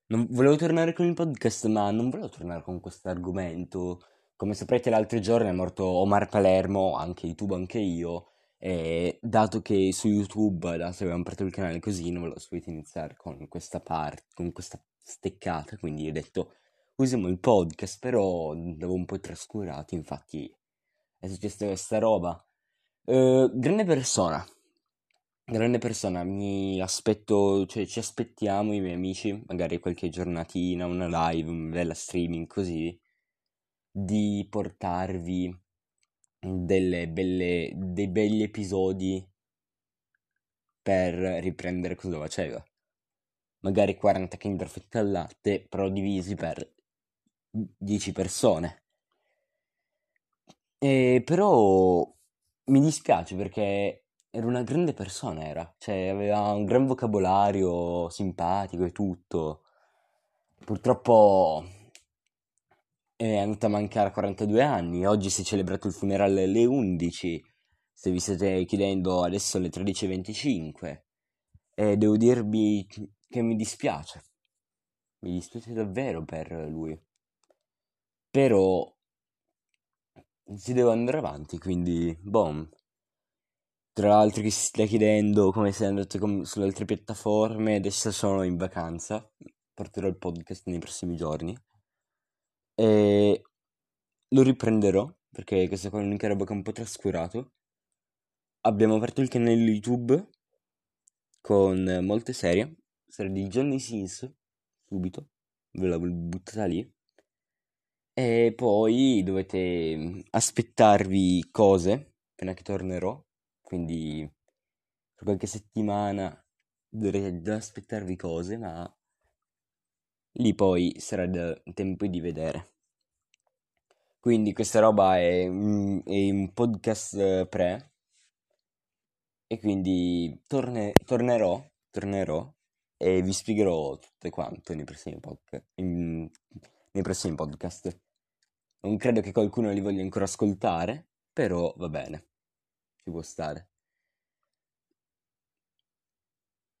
Volevo tornare con il podcast, ma non volevo tornare con questo argomento. Come saprete, l'altro giorno è morto Omar Palermo, anche YouTube, anche io. E dato che su YouTube, dato che abbiamo aperto il canale così, non volevo subito iniziare con questa parte, con questa steccata. Quindi ho detto, usiamo il podcast, però l'avevo un po' trascurato. Infatti, è successa questa roba. Grande persona, mi aspetto, cioè ci aspettiamo i miei amici, magari qualche giornatina, una live, una bella streaming così, di portarvi dei begli episodi per riprendere cosa faceva. Magari 40 Kinder fette al latte, però divisi per 10 persone. Però mi dispiace perché era una grande persona, cioè aveva un gran vocabolario, simpatico e tutto. Purtroppo è venuta a mancare a 42 anni, oggi si è celebrato il funerale alle 11, se vi state chiedendo adesso alle 13:25, e devo dirvi che mi dispiace davvero per lui, però si deve andare avanti, quindi, boh. Tra l'altro chi si sta chiedendo come sia andato sulle altre piattaforme, adesso sono in vacanza, porterò il podcast nei prossimi giorni e lo riprenderò perché questa qua è l'unica roba che ho un po' trascurato. Abbiamo aperto il canale YouTube con molte serie di Johnny Sins, subito, ve la buttata lì. E poi dovete aspettarvi cose appena che tornerò, quindi per qualche settimana dovrete già aspettarvi cose, ma lì poi sarà il tempo di vedere. Quindi questa roba è un podcast pre e quindi tornerò e vi spiegherò tutto quanto nei prossimi podcast. Non credo che qualcuno li voglia ancora ascoltare, però va bene, ci può stare.